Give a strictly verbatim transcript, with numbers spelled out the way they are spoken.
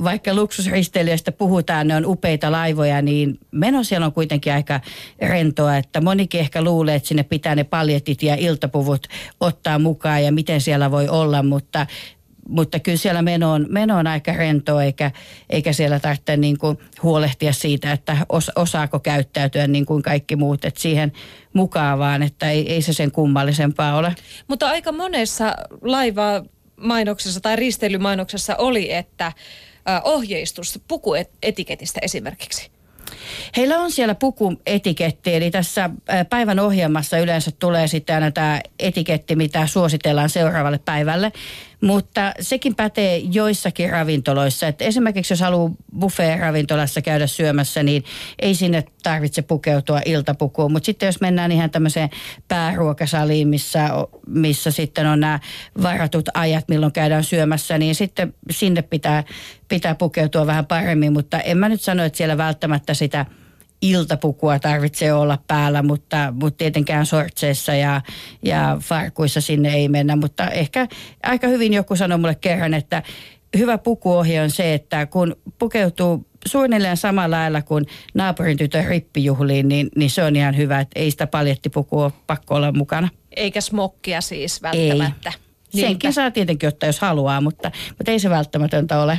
vaikka luksusristeilijöistä puhutaan, ne on upeita laivoja, niin meno siellä on kuitenkin aika rentoa, että monikin ehkä luulee, että sinne pitää ne paljetit ja iltapuvut ottaa mukaan ja miten siellä voi olla, mutta Mutta kyllä siellä meno on, meno on aika rentoa, eikä, eikä siellä tarvitse niin kuin huolehtia siitä, että os, osaako käyttäytyä niin kuin kaikki muut. Että siihen mukaan vaan, että ei, ei se sen kummallisempaa ole. Mutta aika monessa laivamainoksessa tai risteilymainoksessa oli, että ohjeistus pukuetiketistä esimerkiksi. Heillä on siellä pukuetiketti, eli tässä päivän ohjelmassa yleensä tulee sitten aina tämä etiketti, mitä suositellaan seuraavalle päivälle. Mutta sekin pätee joissakin ravintoloissa. Että esimerkiksi jos haluaa buffet-ravintolassa käydä syömässä, niin ei sinne tarvitse pukeutua iltapukuun. Mutta sitten jos mennään ihan tämmöiseen pääruokasaliin, missä, missä sitten on nämä varatut ajat, milloin käydään syömässä, niin sitten sinne pitää, pitää pukeutua vähän paremmin. Mutta en mä nyt sano, että siellä välttämättä sitä iltapukua tarvitsee olla päällä, mutta, mutta tietenkään sortseissa ja, ja farkuissa sinne ei mennä. Mutta ehkä aika hyvin joku sanoi mulle kerran, että hyvä pukuohje on se, että kun pukeutuu suunnilleen samalla lailla kuin naapurin tytön rippijuhliin, niin, niin se on ihan hyvä, että ei sitä paljettipukua ole pakko olla mukana. Eikä smokkia siis välttämättä. Ei. Senkin saa tietenkin ottaa, jos haluaa, mutta, mutta ei se välttämätöntä ole.